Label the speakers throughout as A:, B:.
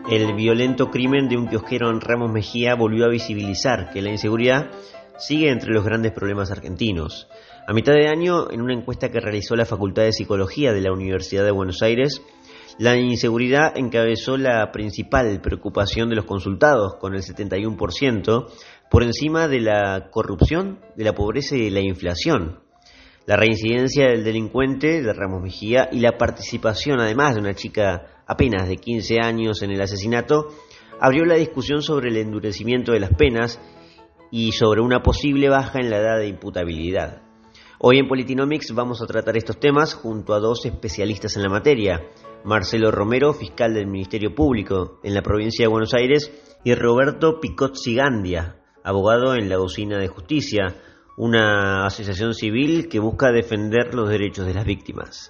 A: El violento crimen de un kiosquero en Ramos Mejía volvió a visibilizar que la inseguridad sigue entre los grandes problemas argentinos. A mitad de año, en una encuesta que realizó la Facultad de Psicología de la Universidad de Buenos Aires, la inseguridad encabezó la principal preocupación de los consultados, con el 71%, por encima de la corrupción, de la pobreza y de la inflación. La reincidencia del delincuente de Ramos Mejía y la participación, además, de una chica apenas de 15 años en el asesinato, abrió la discusión sobre el endurecimiento de las penas y sobre una posible baja en la edad de imputabilidad. Hoy en Politinomics vamos a tratar estos temas junto a dos especialistas en la materia: Marcelo Romero, fiscal del Ministerio Público en la provincia de Buenos Aires, y Roberto Picozzi Gandia, abogado en la Usina de Justicia, una asociación civil que busca defender los derechos de las víctimas.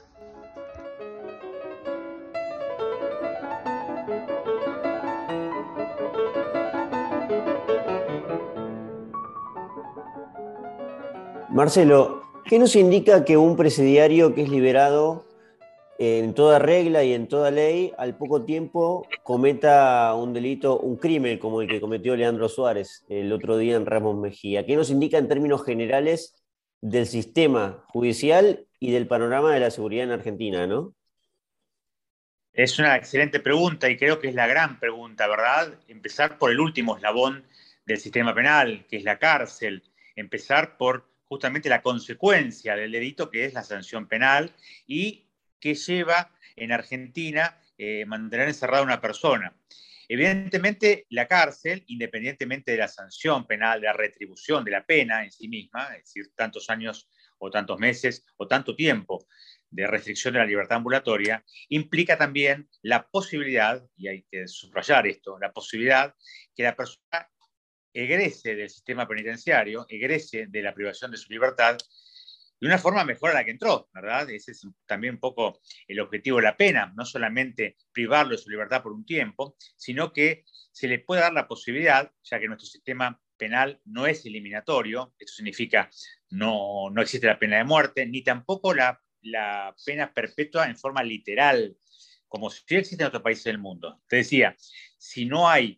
A: Marcelo, ¿qué nos indica que un presidiario que es liberado en toda regla y en toda ley, al poco tiempo cometa un delito, un crimen como el que cometió Leandro Suárez el otro día en Ramos Mejía? ¿Qué nos indica en términos generales del sistema judicial y del panorama de la seguridad en Argentina, no?
B: Es una excelente pregunta y creo que es la gran pregunta, ¿verdad? Empezar por el último eslabón del sistema penal, que es la cárcel. Empezar por justamente la consecuencia del delito, que es la sanción penal, y que lleva en Argentina mantener encerrada a una persona. Evidentemente, la cárcel, independientemente de la sanción penal, de la retribución de la pena en sí misma, es decir, tantos años o tantos meses o tanto tiempo de restricción de la libertad ambulatoria, implica también la posibilidad, y hay que subrayar esto, la posibilidad que la persona egrese del sistema penitenciario, egrese de la privación de su libertad de una forma mejor a la que entró, ¿verdad? Ese es también un poco el objetivo de la pena, no solamente privarlo de su libertad por un tiempo, sino que se le puede dar la posibilidad, ya que nuestro sistema penal no es eliminatorio, esto significa no existe la pena de muerte, ni tampoco la pena perpetua en forma literal, como si existe en otros países del mundo. Te decía, si no hay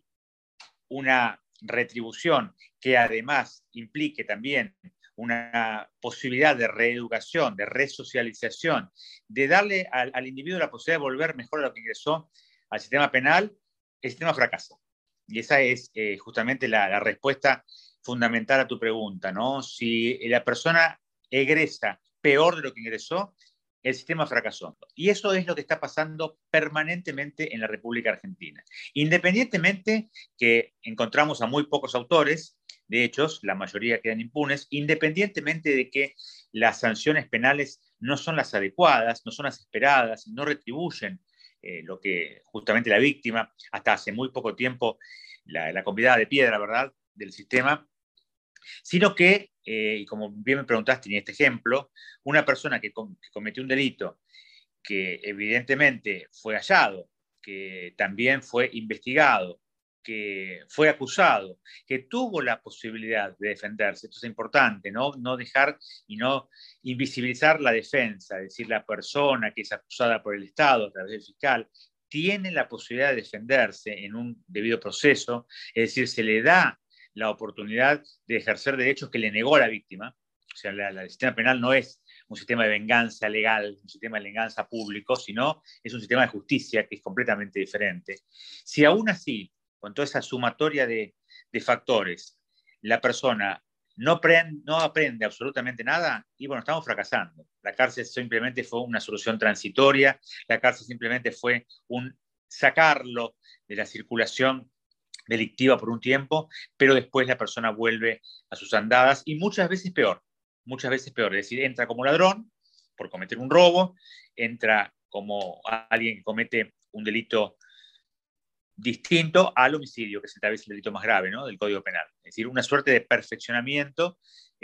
B: una retribución que además implique también una posibilidad de reeducación, de resocialización, de darle al individuo la posibilidad de volver mejor a lo que ingresó al sistema penal, el sistema fracasa. Y esa es justamente la respuesta fundamental a tu pregunta, ¿no? Si la persona egresa peor de lo que ingresó, el sistema fracasó. Y eso es lo que está pasando permanentemente en la República Argentina. Independientemente que encontramos a muy pocos autores de hechos, la mayoría quedan impunes, independientemente de que las sanciones penales no son las adecuadas, no son las esperadas, no retribuyen lo que justamente la víctima, hasta hace muy poco tiempo, la convidada de piedra, ¿verdad?, del sistema, sino que, y como bien me preguntaste en este ejemplo, una persona que cometió un delito, que evidentemente fue hallado, que también fue investigado, que fue acusado, que tuvo la posibilidad de defenderse. Esto es importante, no dejar y no invisibilizar la defensa, es decir, la persona que es acusada por el Estado a través del fiscal tiene la posibilidad de defenderse en un debido proceso, es decir, se le da la oportunidad de ejercer derechos que le negó a la víctima. O sea, el sistema penal no es un sistema de venganza legal, un sistema de venganza público, sino es un sistema de justicia que es completamente diferente. Si aún así, con toda esa sumatoria de factores, la persona no aprende absolutamente nada, y bueno, estamos fracasando. La cárcel simplemente fue una solución transitoria, la cárcel simplemente fue un sacarlo de la circulación delictiva por un tiempo, pero después la persona vuelve a sus andadas y muchas veces peor, es decir, entra como ladrón por cometer un robo, entra como alguien que comete un delito distinto al homicidio, que es tal vez el delito más grave, ¿no?, del Código Penal. Es decir, una suerte de perfeccionamiento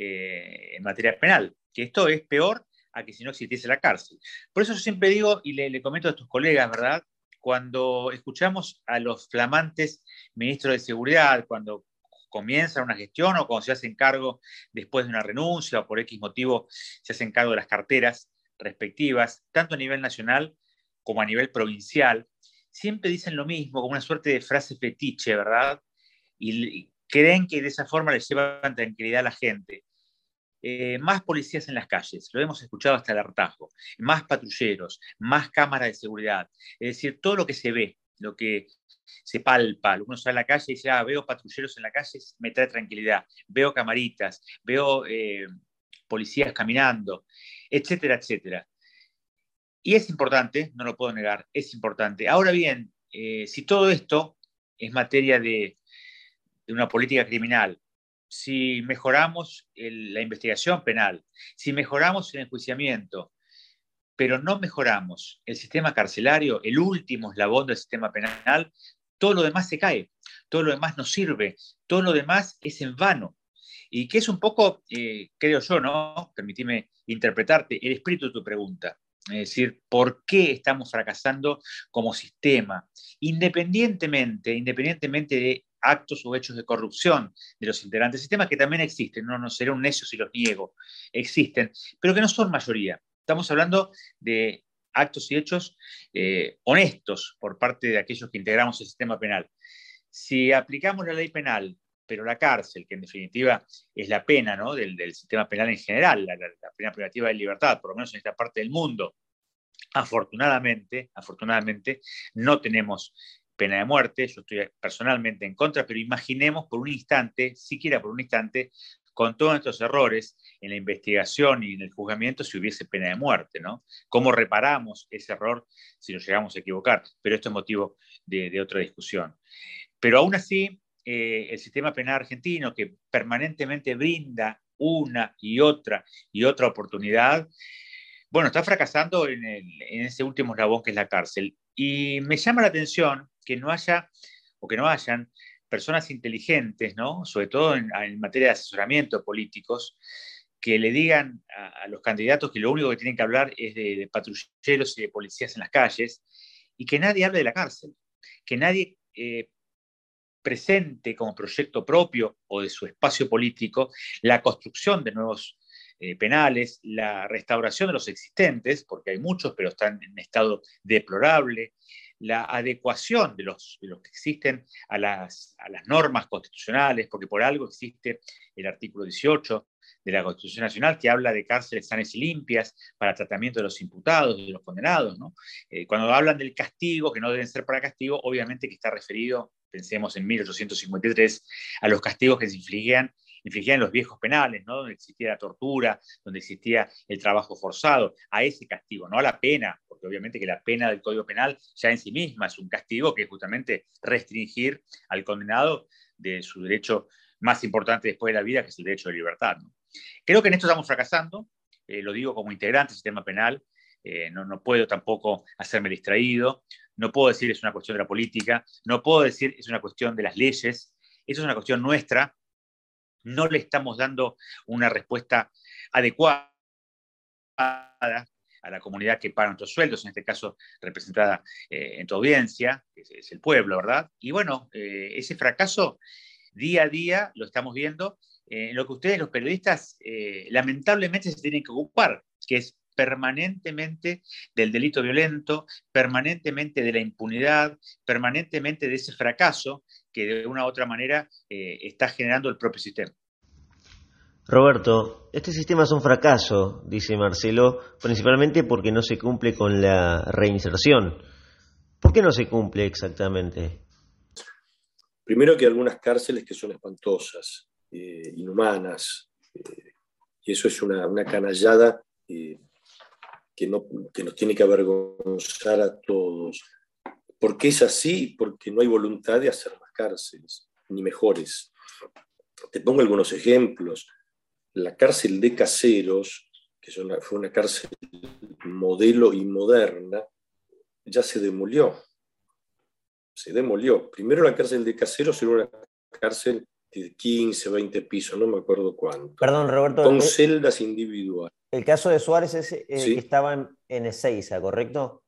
B: en materia penal, que esto es peor a que si no existiese la cárcel. Por eso yo siempre digo, y le comento a tus colegas, ¿verdad?, cuando escuchamos a los flamantes ministros de Seguridad, cuando comienzan una gestión o cuando se hacen cargo después de una renuncia o por X motivo se hacen cargo de las carteras respectivas, tanto a nivel nacional como a nivel provincial, siempre dicen lo mismo, como una suerte de frase fetiche, ¿verdad? Y creen que de esa forma les llevan tranquilidad a la gente. Más policías en las calles, lo hemos escuchado hasta el hartazgo, más patrulleros, más cámaras de seguridad, es decir, todo lo que se ve, lo que se palpa, uno sale a la calle y dice, veo patrulleros en la calle, me trae tranquilidad, veo camaritas, veo policías caminando, etcétera, etcétera. Y es importante, no lo puedo negar, es importante. Ahora bien, si todo esto es materia de una política criminal, si mejoramos la investigación penal, si mejoramos el enjuiciamiento, pero no mejoramos el sistema carcelario, el último eslabón del sistema penal, todo lo demás se cae, todo lo demás no sirve, todo lo demás es en vano. Y que es un poco, creo yo, ¿no? Permitime interpretarte el espíritu de tu pregunta. Es decir, ¿por qué estamos fracasando como sistema? Independientemente de actos o hechos de corrupción de los integrantes del sistema, que también existen, no seré un necio si los niego, existen, pero que no son mayoría. Estamos hablando de actos y hechos honestos por parte de aquellos que integramos el sistema penal. Si aplicamos la ley penal, pero la cárcel, que en definitiva es la pena, ¿no?, del sistema penal en general, la pena privativa de libertad, por lo menos en esta parte del mundo, afortunadamente, no tenemos pena de muerte, yo estoy personalmente en contra, pero imaginemos por un instante, siquiera por un instante, con todos estos errores en la investigación y en el juzgamiento, si hubiese pena de muerte, ¿no? ¿Cómo reparamos ese error si nos llegamos a equivocar? Pero esto es motivo de otra discusión. Pero aún así, el sistema penal argentino, que permanentemente brinda una y otra oportunidad, bueno, está fracasando en ese último eslabón que es la cárcel. Y me llama la atención que no haya, o que no hayan, personas inteligentes, ¿no?, sobre todo en materia de asesoramiento políticos, que le digan a los candidatos que lo único que tienen que hablar es de patrulleros y de policías en las calles, y que nadie hable de la cárcel, que nadie presente como proyecto propio o de su espacio político la construcción de nuevos penales, la restauración de los existentes, porque hay muchos, pero están en estado deplorable, la adecuación de los que existen a las normas constitucionales, porque por algo existe el artículo 18 de la Constitución Nacional, que habla de cárceles sanas y limpias para tratamiento de los imputados, de los condenados, ¿no? Cuando hablan del castigo, que no deben ser para castigo, obviamente que está referido, pensemos en 1853, a los castigos que se infligían los viejos penales, ¿no?, donde existía la tortura, donde existía el trabajo forzado, a ese castigo, no a la pena, porque obviamente que la pena del Código Penal ya en sí misma es un castigo, que es justamente restringir al condenado de su derecho más importante después de la vida, que es el derecho de libertad, ¿no? Creo que en esto estamos fracasando, lo digo como integrante del sistema penal, no puedo tampoco hacerme distraído, no puedo decir es una cuestión de la política, no puedo decir es una cuestión de las leyes, eso es una cuestión nuestra, no le estamos dando una respuesta adecuada a la comunidad que paga nuestros sueldos, en este caso representada en tu audiencia, que es el pueblo, ¿verdad? Y bueno, ese fracaso día a día lo estamos viendo en lo que ustedes, los periodistas, lamentablemente se tienen que ocupar, que es permanentemente del delito violento, permanentemente de la impunidad, permanentemente de ese fracaso que de una u otra manera está generando el propio sistema.
A: Roberto, este sistema es un fracaso, dice Marcelo, principalmente porque no se cumple con la reinserción. ¿Por qué no se cumple exactamente?
C: Primero que hay algunas cárceles que son espantosas, inhumanas, y eso es una canallada que nos tiene que avergonzar a todos. ¿Por qué es así? Porque no hay voluntad de hacer más cárceles, ni mejores. Te pongo algunos ejemplos. La cárcel de Caseros, que fue una cárcel modelo y moderna, ya se demolió. Primero la cárcel de Caseros era una cárcel de 15, 20 pisos, no me acuerdo cuánto.
A: Perdón, Roberto.
C: Con celdas individuales.
A: El caso de Suárez
C: ¿Sí?
A: estaba en Ezeiza, ¿correcto?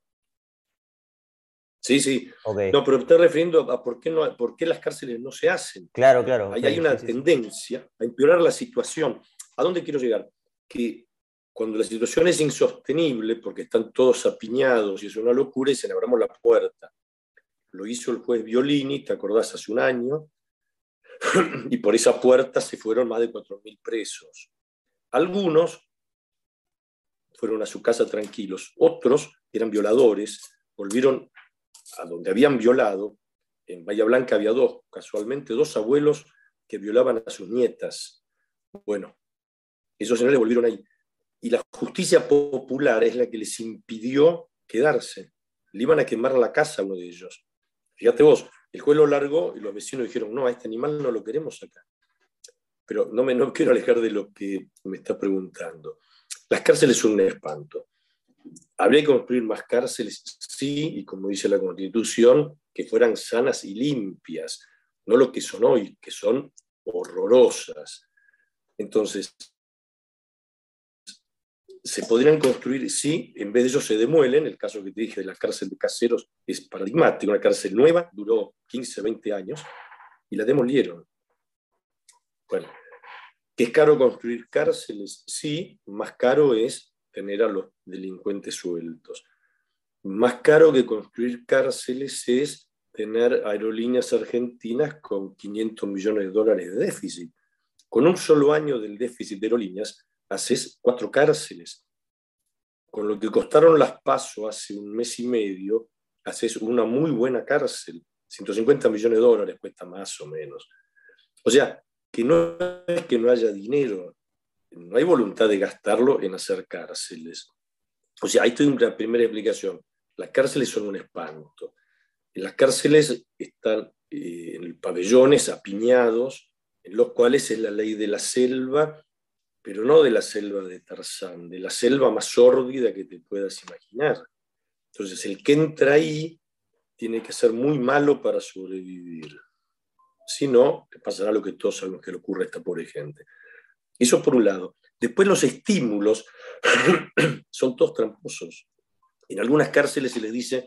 C: Sí.
A: Okay.
C: No, pero me estoy refiriendo a por qué las cárceles no se hacen.
A: Claro.
C: Ahí hay una tendencia a empeorar la situación. ¿A dónde quiero llegar? Que cuando la situación es insostenible, porque están todos apiñados y es una locura, y se le abramos la puerta. lo hizo el juez Violini, ¿te acordás? Hace un año, y por esa puerta se fueron más de 4.000 presos. Algunos fueron a su casa tranquilos, otros eran violadores, volvieron a donde habían violado. En Bahía Blanca había casualmente dos abuelos que violaban a sus nietas. Bueno, esos señores volvieron ahí. Y la justicia popular es la que les impidió quedarse. Le iban a quemar la casa a uno de ellos. Fíjate vos, el juez lo largó y los vecinos dijeron, no, a este animal no lo queremos acá. Pero no quiero alejar de lo que me está preguntando. Las cárceles son un espanto. Habría que construir más cárceles, sí, y como dice la Constitución, que fueran sanas y limpias, no lo que son hoy, que son horrorosas. Entonces, se podrían construir, sí, en vez de eso se demuelen. El caso que te dije de la cárcel de Caseros es paradigmático, una cárcel nueva, duró 15, 20 años, y la demolieron. Bueno, ¿que es caro construir cárceles? Sí, más caro es tener a los delincuentes sueltos. Más caro que construir cárceles es tener aerolíneas argentinas con $500 millones de déficit. Con un solo año del déficit de aerolíneas, haces 4 cárceles. Con lo que costaron las PASO hace un mes y medio, haces una muy buena cárcel. $150 millones cuesta más o menos. O sea, que no es que no haya dinero, no hay voluntad de gastarlo en hacer cárceles. O sea, ahí estoy en la primera explicación. Las cárceles son un espanto. En las cárceles están en pabellones apiñados, en los cuales es la ley de la selva, pero no de la selva de Tarzán, de la selva más sórdida que te puedas imaginar. Entonces, el que entra ahí tiene que ser muy malo para sobrevivir. Si no, te pasará lo que todos sabemos que le ocurre a esta pobre gente. Eso por un lado. Después los estímulos son todos tramposos. En algunas cárceles se les dice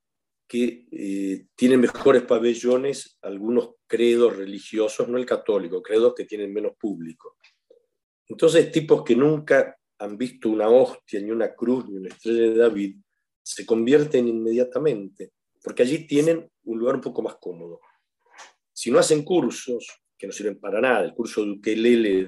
C: que tienen mejores pabellones algunos credos religiosos, no el católico, credos que tienen menos público. Entonces, tipos que nunca han visto una hostia, ni una cruz, ni una estrella de David, se convierten inmediatamente, porque allí tienen un lugar un poco más cómodo. Si no hacen cursos, que no sirven para nada, el curso de ukelele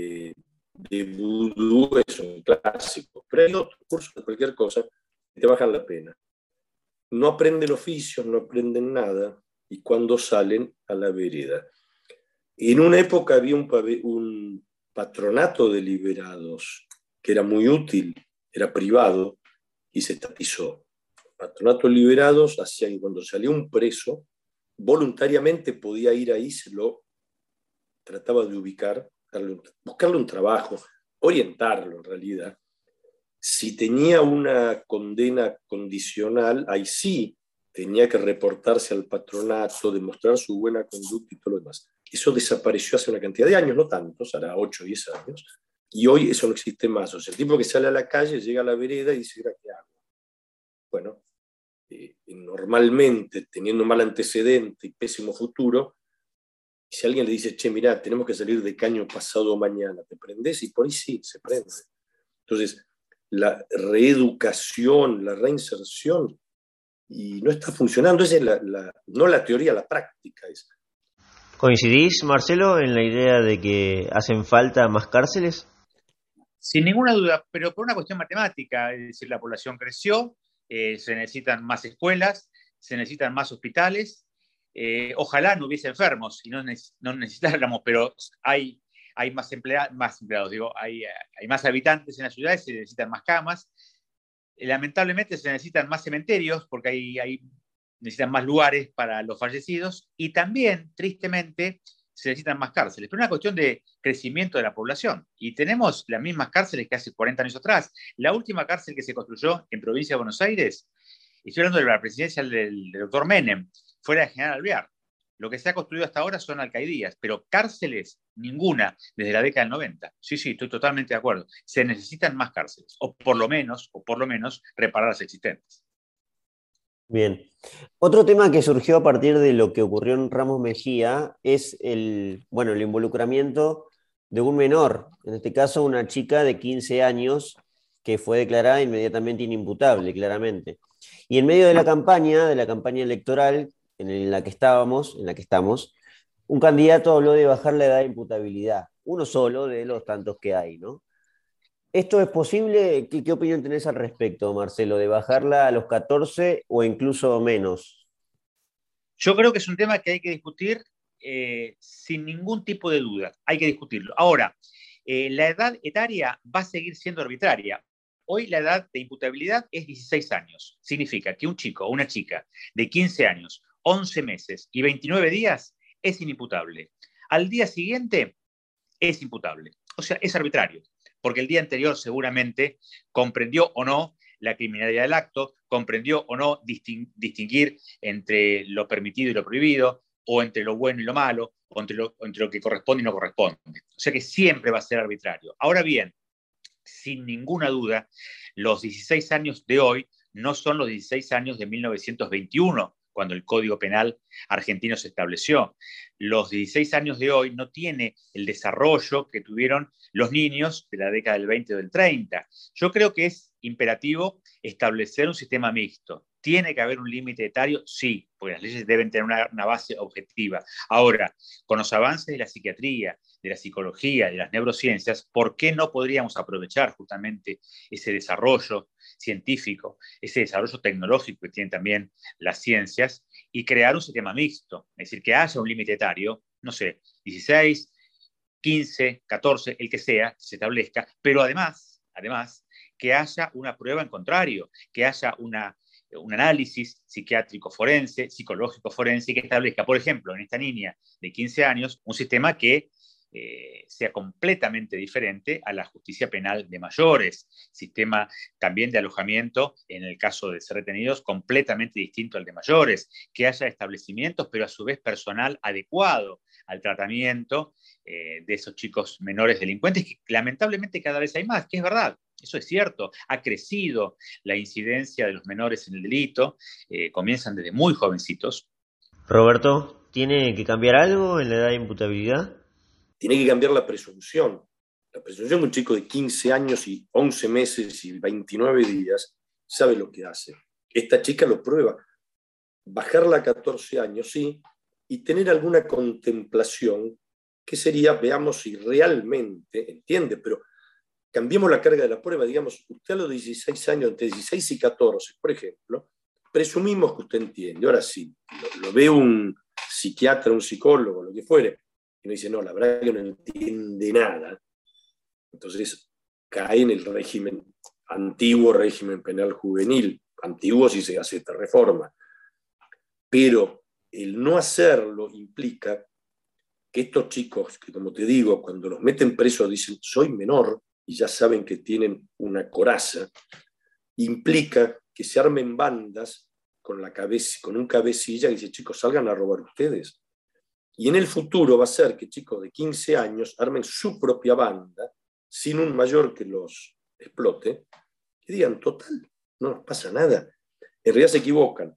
C: de vudú es un clásico, pero hay otros cursos de cualquier cosa que te bajan la pena. No aprenden oficios, no aprenden nada, y cuando salen a la vereda. En una época había un patronato de liberados que era muy útil, era privado y se estatizó. El patronato de liberados hacía que cuando salía un preso, voluntariamente podía ir ahí, se lo trataba de ubicar, buscarle un trabajo, orientarlo en realidad. Si tenía una condena condicional, ahí sí tenía que reportarse al patronato, demostrar su buena conducta y todo lo demás. Eso desapareció hace una cantidad de años, no tantos, hará 8 o 10 años, y hoy eso no existe más. O sea, el tipo que sale a la calle, llega a la vereda y dice, ¿qué hago? Bueno, normalmente, teniendo un mal antecedente y pésimo futuro, si alguien le dice, che, mirá, tenemos que salir de caño pasado mañana, ¿te prendés? Y por ahí sí, se prende. Entonces, la reeducación, la reinserción, y no está funcionando. Esa es no la teoría, la práctica.
A: ¿Coincidís, Marcelo, en la idea de que hacen falta más cárceles?
B: Sin ninguna duda, pero por una cuestión matemática, es decir, la población creció, se necesitan más escuelas, se necesitan más hospitales, ojalá no hubiese enfermos y no necesitáramos, pero hay más empleados, digo, hay más habitantes en las ciudades, se necesitan más camas. Lamentablemente se necesitan más cementerios porque necesitan más lugares para los fallecidos y también, tristemente, se necesitan más cárceles. Pero es una cuestión de crecimiento de la población. Y tenemos las mismas cárceles que hace 40 años atrás. La última cárcel que se construyó en provincia de Buenos Aires, estoy hablando de la presidencia del doctor Menem, fue la de General Alvear. Lo que se ha construido hasta ahora son alcaidías, pero cárceles, ninguna, desde la década del 90. Sí, estoy totalmente de acuerdo. Se necesitan más cárceles, o por lo menos, reparar las existentes.
A: Bien. Otro tema que surgió a partir de lo que ocurrió en Ramos Mejía es el involucramiento de un menor, en este caso una chica de 15 años que fue declarada inmediatamente inimputable, claramente. Y en medio de la campaña electoral, en la que estábamos, en la que estamos, un candidato habló de bajar la edad de imputabilidad, uno solo de los tantos que hay, ¿no? ¿Esto es posible? ¿Qué opinión tenés al respecto, Marcelo, de bajarla a los 14 o incluso menos?
B: Yo creo que es un tema que hay que discutir sin ningún tipo de duda. Hay que discutirlo. Ahora, la edad etaria va a seguir siendo arbitraria. Hoy la edad de imputabilidad es 16 años. Significa que un chico o una chica de 15 años, 11 meses y 29 días es inimputable. Al día siguiente es imputable. O sea, es arbitrario, porque el día anterior seguramente comprendió o no la criminalidad del acto, comprendió o no distinguir entre lo permitido y lo prohibido, o entre lo bueno y lo malo, o entre lo que corresponde y no corresponde. O sea que siempre va a ser arbitrario. Ahora bien, sin ninguna duda, los 16 años de hoy no son los 16 años de 1921, cuando el Código Penal argentino se estableció. Los 16 años de hoy no tiene el desarrollo que tuvieron los niños de la década del 20 o del 30. Yo creo que es imperativo establecer un sistema mixto. ¿Tiene que haber un límite etario? Sí, porque las leyes deben tener una base objetiva. Ahora, con los avances de la psiquiatría, de la psicología, de las neurociencias, ¿por qué no podríamos aprovechar justamente ese desarrollo científico, ese desarrollo tecnológico que tienen también las ciencias y crear un sistema mixto? Es decir, que haya un límite etario, no sé, 16, 15, 14, el que sea, que se establezca, pero además, que haya una prueba en contrario, que haya un análisis psiquiátrico forense, psicológico forense, que establezca, por ejemplo, en esta niña de 15 años, un sistema que sea completamente diferente a la justicia penal de mayores, sistema también de alojamiento, en el caso de ser retenidos, completamente distinto al de mayores, que haya establecimientos, pero a su vez personal adecuado al tratamiento de esos chicos menores delincuentes, que lamentablemente cada vez hay más, que es verdad. Eso es cierto, ha crecido la incidencia de los menores en el delito, comienzan desde muy jovencitos.
A: Roberto, ¿tiene que cambiar algo en la edad de imputabilidad?
C: Tiene que cambiar la presunción. La presunción de un chico de 15 años y 11 meses y 29 días sabe lo que hace. Esta chica lo prueba. Bajarla a 14 años, sí, y tener alguna contemplación, que sería, veamos si realmente entiende, pero cambiemos la carga de la prueba. Digamos, usted a los 16 años, entre 16 y 14, por ejemplo, presumimos que usted entiende. Ahora sí, lo ve un psiquiatra, un psicólogo, lo que fuere, y me dice, no, la verdad que no entiende nada. Entonces cae en el régimen, antiguo régimen penal juvenil, antiguo si se hace esta reforma. Pero el no hacerlo implica que estos chicos, que como te digo, cuando los meten presos dicen, soy menor, y ya saben que tienen una coraza, implica que se armen bandas con un cabecilla que dice, chicos, salgan a robar ustedes. Y en el futuro va a ser que chicos de 15 años armen su propia banda, sin un mayor que los explote, y digan, total, no nos pasa nada. En realidad se equivocan,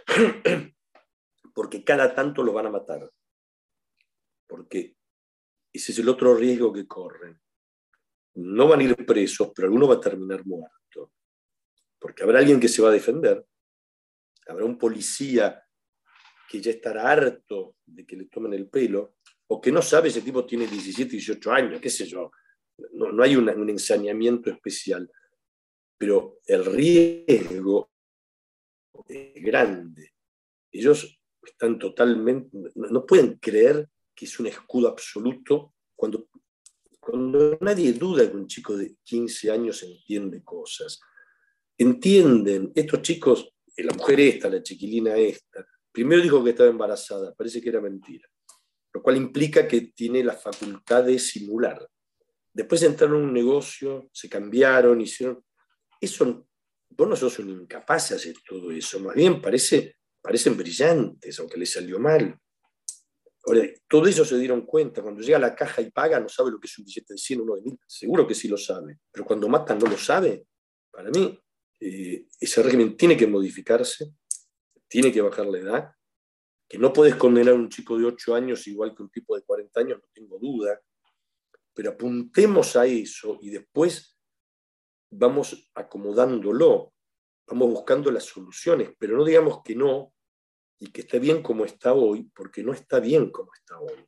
C: porque cada tanto lo van a matar. Porque ese es el otro riesgo que corren. No van a ir presos, pero alguno va a terminar muerto. Porque habrá alguien que se va a defender, habrá un policía que ya estará harto de que le tomen el pelo, o que no sabe, ese tipo tiene 17, 18 años, qué sé yo. No hay un ensañamiento especial, pero el riesgo es grande. Ellos están totalmente, no pueden creer que es un escudo absoluto cuando nadie duda que un chico de 15 años entiende cosas. Entienden, estos chicos, la mujer esta, la chiquilina esta, primero dijo que estaba embarazada, parece que era mentira, lo cual implica que tiene la facultad de simular. Después entraron en un negocio, se cambiaron, hicieron... Eso, vos no sos un incapaz de hacer todo eso, más bien parecen brillantes, aunque les salió mal. Ahora, todo eso se dieron cuenta. Cuando llega a la caja y paga, no sabe lo que es un billete de 100, uno de 1000. Seguro que sí lo sabe. Pero cuando matan no lo sabe. Para mí, ese régimen tiene que modificarse, tiene que bajar la edad, que no puedes condenar a un chico de 8 años igual que un tipo de 40 años, no tengo duda. Pero apuntemos a eso y después vamos acomodándolo, vamos buscando las soluciones, pero no digamos que no y que esté bien como está hoy, porque no está bien como está hoy.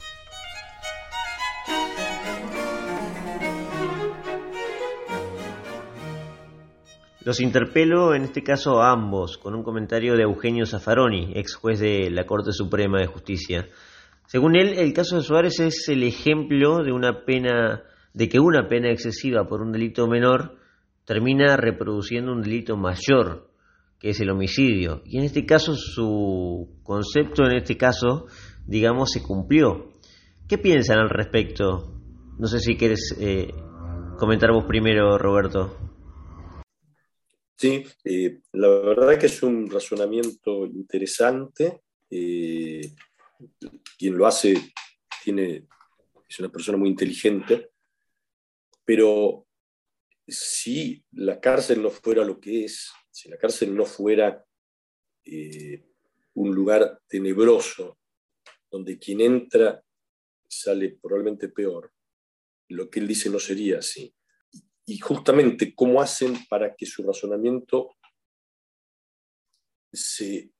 A: Los interpelo, en este caso a ambos, con un comentario de Eugenio Zaffaroni, ex juez de la Corte Suprema de Justicia. Según él, el caso de Suárez es el ejemplo de que una pena excesiva por un delito menor termina reproduciendo un delito mayor, que es el homicidio. Y en este caso, su concepto, digamos, se cumplió. ¿Qué piensan al respecto? No sé si quieres comentar vos primero, Roberto.
C: Sí, la verdad que es un razonamiento interesante. Quien lo hace es una persona muy inteligente, pero si la cárcel no fuera lo que es, si la cárcel no fuera un lugar tenebroso, donde quien entra sale probablemente peor, lo que él dice no sería así. Y justamente, ¿cómo hacen para que su razonamiento se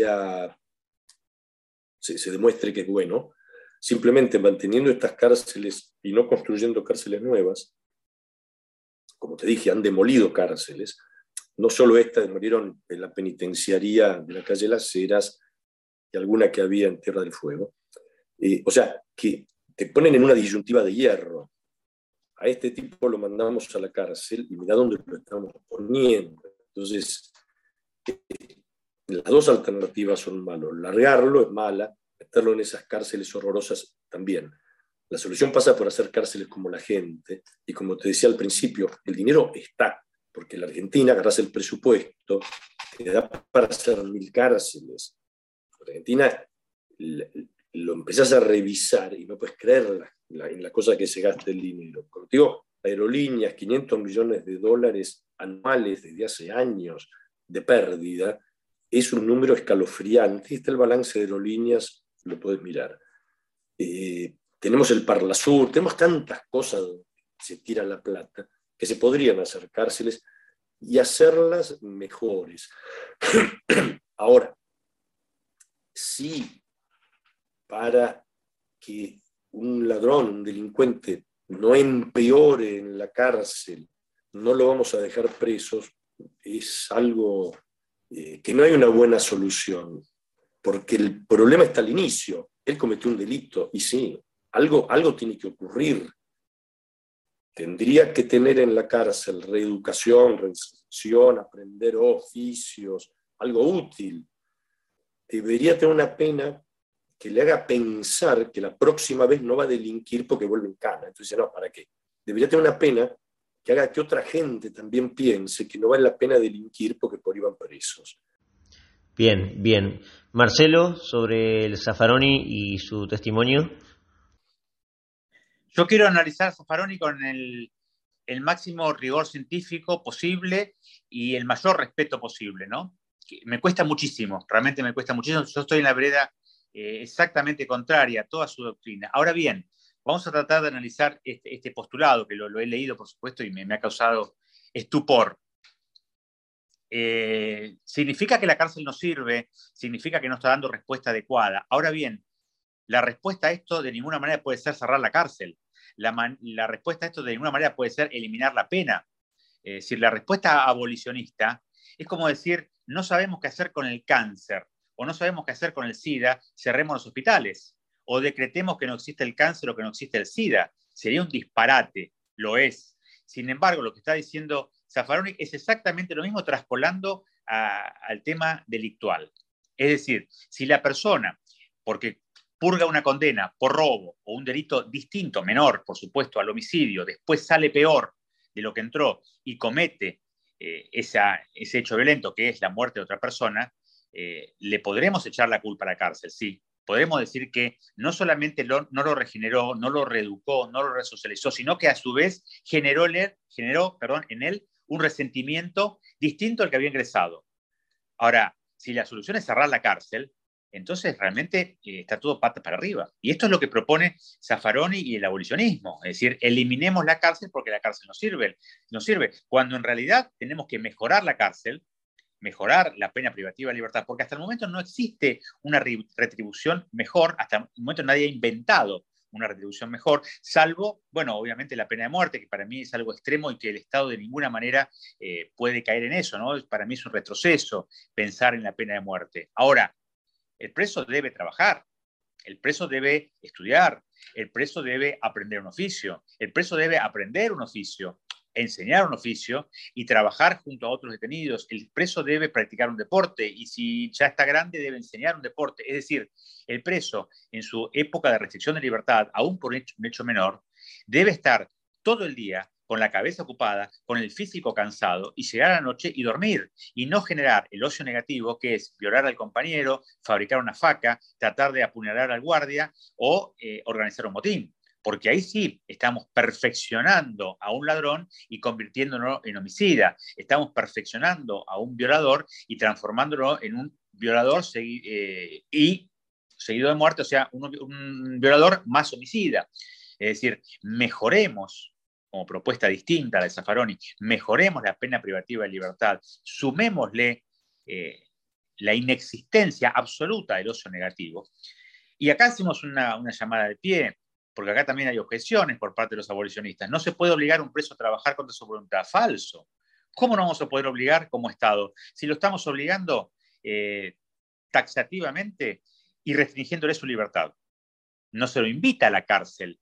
C: demuestre que es bueno? Simplemente manteniendo estas cárceles y no construyendo cárceles nuevas. Como te dije, han demolido cárceles. No solo esta, demolieron en la penitenciaría de la calle Las Heras y alguna que había en Tierra del Fuego. O sea, que te ponen en una disyuntiva de hierro. A este tipo lo mandamos a la cárcel y mira dónde lo estamos poniendo. Entonces, las dos alternativas son malas. Largarlo es mala, meterlo en esas cárceles horrorosas también. La solución pasa por hacer cárceles como la gente, y como te decía al principio, el dinero está, porque en la Argentina agarrás el presupuesto, te da para hacer 1000 cárceles. En Argentina lo empezás a revisar y no puedes creer en la cosa que se gasta el dinero. Como te digo, aerolíneas, 500 millones de dólares anuales desde hace años de pérdida, es un número escalofriante. Está el balance de aerolíneas, lo puedes mirar. Tenemos el Parlasur, tenemos tantas cosas donde se tira la plata, que se podrían hacer cárceles y hacerlas mejores. Ahora, sí, para que un ladrón, un delincuente, no empeore en la cárcel, no lo vamos a dejar presos, es algo que no hay una buena solución, porque el problema está al inicio. Él cometió un delito, y sí, algo tiene que ocurrir. Tendría que tener en la cárcel reeducación, reinserción, aprender oficios, algo útil. Debería tener una pena que le haga pensar que la próxima vez no va a delinquir porque vuelve en cana. Entonces, no, ¿para qué? Debería tener una pena que haga que otra gente también piense que no vale la pena delinquir porque por ahí van presos.
A: Bien, bien. Marcelo, sobre el Zaffaroni y su testimonio.
B: Yo quiero analizar a Zaffaroni con el máximo rigor científico posible y el mayor respeto posible, ¿no? Me cuesta muchísimo, realmente me cuesta muchísimo. Yo estoy en la vereda exactamente contraria a toda su doctrina. Ahora bien, vamos a tratar de analizar este postulado, que lo he leído, por supuesto, y me ha causado estupor. Significa que la cárcel no sirve, significa que no está dando respuesta adecuada. Ahora bien, la respuesta a esto de ninguna manera puede ser cerrar la cárcel. La respuesta a esto de ninguna manera puede ser eliminar la pena. Es decir, la respuesta abolicionista es como decir, no sabemos qué hacer con el cáncer o no sabemos qué hacer con el SIDA, cerremos los hospitales o decretemos que no existe el cáncer o que no existe el SIDA. Sería un disparate, lo es. Sin embargo, lo que está diciendo Zaffaroni es exactamente lo mismo traspolando al tema delictual. Es decir, si la persona, porque purga una condena por robo o un delito distinto, menor, por supuesto, al homicidio, después sale peor de lo que entró y comete ese hecho violento que es la muerte de otra persona, le podremos echar la culpa a la cárcel, sí. Podemos decir que no solamente no lo regeneró, no lo reeducó, no lo resocializó, sino que a su vez generó en él un resentimiento distinto al que había ingresado. Ahora, si la solución es cerrar la cárcel, entonces realmente está todo patas para arriba. Y esto es lo que propone Zaffaroni y el abolicionismo. Es decir, eliminemos la cárcel porque la cárcel no sirve. Cuando en realidad tenemos que mejorar la cárcel mejorar la pena privativa de libertad, porque hasta el momento no existe una retribución mejor, hasta el momento nadie ha inventado una retribución mejor, salvo, bueno, obviamente la pena de muerte, que para mí es algo extremo y que el Estado de ninguna manera puede caer en eso, ¿no? Para mí es un retroceso pensar en la pena de muerte. Ahora, el preso debe trabajar, el preso debe estudiar, el preso debe aprender un oficio, el preso debe aprender un oficio, enseñar un oficio y trabajar junto a otros detenidos. El preso debe practicar un deporte y si ya está grande debe enseñar un deporte. Es decir, el preso en su época de restricción de libertad, aún por un hecho menor, debe estar todo el día con la cabeza ocupada, con el físico cansado y llegar a la noche y dormir y no generar el ocio negativo que es violar al compañero, fabricar una faca, tratar de apuñalar al guardia o organizar un motín. Porque ahí sí estamos perfeccionando a un ladrón y convirtiéndolo en homicida. Estamos perfeccionando a un violador y transformándolo en un violador y seguido de muerte, o sea, un violador más homicida. Es decir, mejoremos, como propuesta distinta a la de Zaffaroni, mejoremos la pena privativa de libertad, sumémosle la inexistencia absoluta del ocio negativo. Y acá hacemos una llamada de pie, porque acá también hay objeciones por parte de los abolicionistas. No se puede obligar a un preso a trabajar contra su voluntad. Falso. ¿Cómo no vamos a poder obligar como Estado? Si lo estamos obligando taxativamente y restringiéndole su libertad. No se lo invita a la cárcel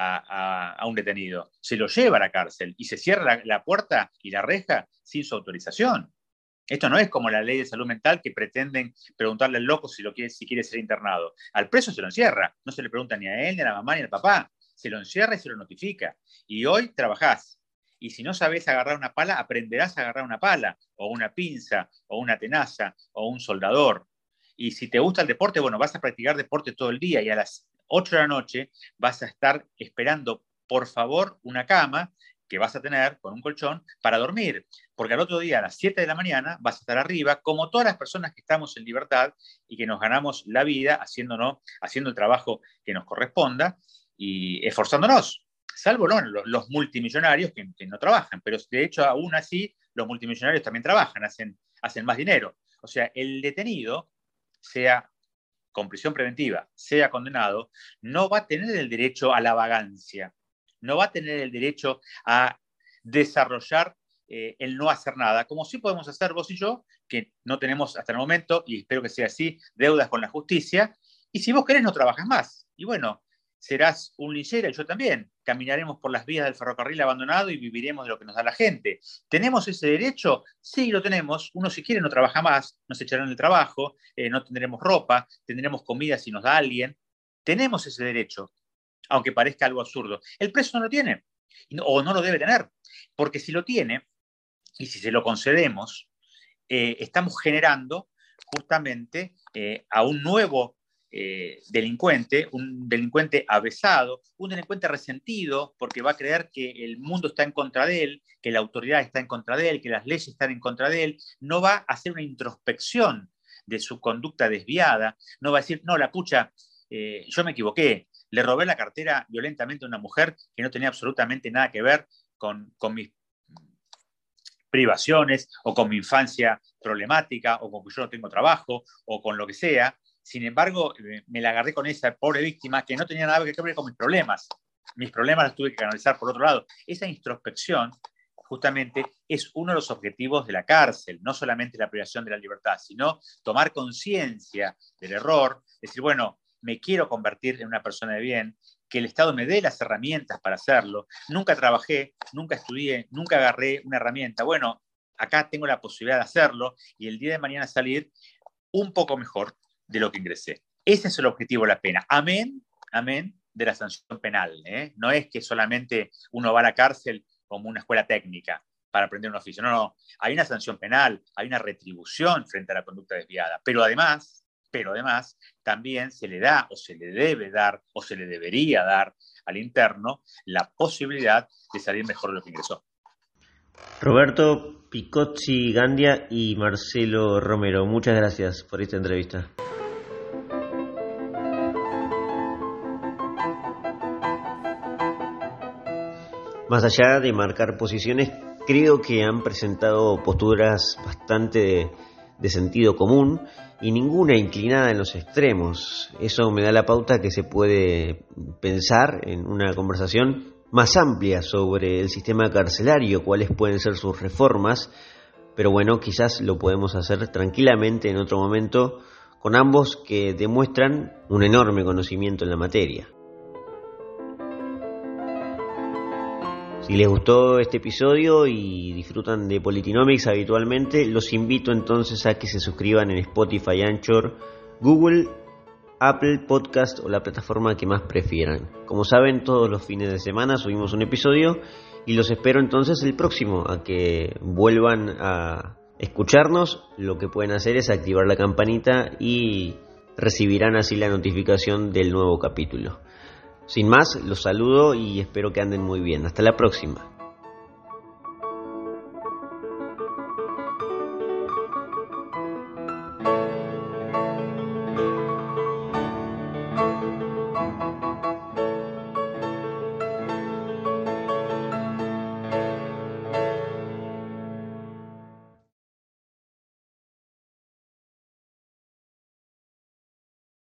B: a un detenido, se lo lleva a la cárcel y se cierra la puerta y la reja sin su autorización. Esto no es como la ley de salud mental que pretenden preguntarle al loco si quiere ser internado. Al preso se lo encierra, no se le pregunta ni a él, ni a la mamá, ni al papá. Se lo encierra y se lo notifica. Y hoy trabajás. Y si no sabés agarrar una pala, aprenderás a agarrar una pala, o una pinza, o una tenaza, o un soldador. Y si te gusta el deporte, bueno, vas a practicar deporte todo el día y a las 8 de la noche vas a estar esperando, por favor, una cama que vas a tener con un colchón para dormir, porque al otro día a las 7 de la mañana vas a estar arriba, como todas las personas que estamos en libertad y que nos ganamos la vida haciendo el trabajo que nos corresponda y esforzándonos, salvo los multimillonarios que no trabajan, pero de hecho aún así los multimillonarios también trabajan, hacen más dinero. O sea, el detenido, sea con prisión preventiva, sea condenado, no va a tener el derecho a la vagancia, no va a tener el derecho a desarrollar el no hacer nada, como sí podemos hacer vos y yo, que no tenemos hasta el momento, y espero que sea así, deudas con la justicia, y si vos querés no trabajas más. Y bueno, serás un linchera y yo también. Caminaremos por las vías del ferrocarril abandonado y viviremos de lo que nos da la gente. ¿Tenemos ese derecho? Sí, lo tenemos. Uno si quiere no trabaja más, nos echarán el trabajo, no tendremos ropa, tendremos comida si nos da alguien. Tenemos ese derecho, aunque parezca algo absurdo. El preso no lo tiene, o no lo debe tener, porque si lo tiene, y si se lo concedemos, estamos generando justamente a un nuevo delincuente, un delincuente avesado, un delincuente resentido porque va a creer que el mundo está en contra de él, que la autoridad está en contra de él, que las leyes están en contra de él, no va a hacer una introspección de su conducta desviada, no va a decir, no, la pucha, yo me equivoqué, le robé la cartera violentamente a una mujer que no tenía absolutamente nada que ver con mis privaciones o con mi infancia problemática o con que yo no tengo trabajo o con lo que sea. Sin embargo, me la agarré con esa pobre víctima que no tenía nada que ver con mis problemas. Mis problemas los tuve que canalizar por otro lado. Esa introspección justamente es uno de los objetivos de la cárcel, no solamente la privación de la libertad, sino tomar conciencia del error, decir, bueno, me quiero convertir en una persona de bien, que el Estado me dé las herramientas para hacerlo. Nunca trabajé, nunca estudié, nunca agarré una herramienta. Bueno, acá tengo la posibilidad de hacerlo y el día de mañana salir un poco mejor de lo que ingresé. Ese es el objetivo de la pena. Amén, amén de la sanción penal. No es que solamente uno va a la cárcel como una escuela técnica para aprender un oficio. No, no. Hay una sanción penal, hay una retribución frente a la conducta desviada. Pero además, también se le da o se le debe dar o se le debería dar al interno la posibilidad de salir mejor de lo que ingresó.
A: Roberto Picozzi Gandia y Marcelo Romero, muchas gracias por esta entrevista. Más allá de marcar posiciones, creo que han presentado posturas bastante de sentido común y ninguna inclinada en los extremos. Eso me da la pauta que se puede pensar en una conversación más amplia sobre el sistema carcelario, cuáles pueden ser sus reformas, pero bueno, quizás lo podemos hacer tranquilamente en otro momento con ambos que demuestran un enorme conocimiento en la materia. Si les gustó este episodio y disfrutan de Politinomics habitualmente, los invito entonces a que se suscriban en Spotify, Anchor, Google, Apple Podcast o la plataforma que más prefieran. Como saben, todos los fines de semana subimos un episodio y los espero entonces el próximo a que vuelvan a escucharnos. Lo que pueden hacer es activar la campanita y recibirán así la notificación del nuevo capítulo. Sin más, los saludo y espero que anden muy bien. Hasta la próxima.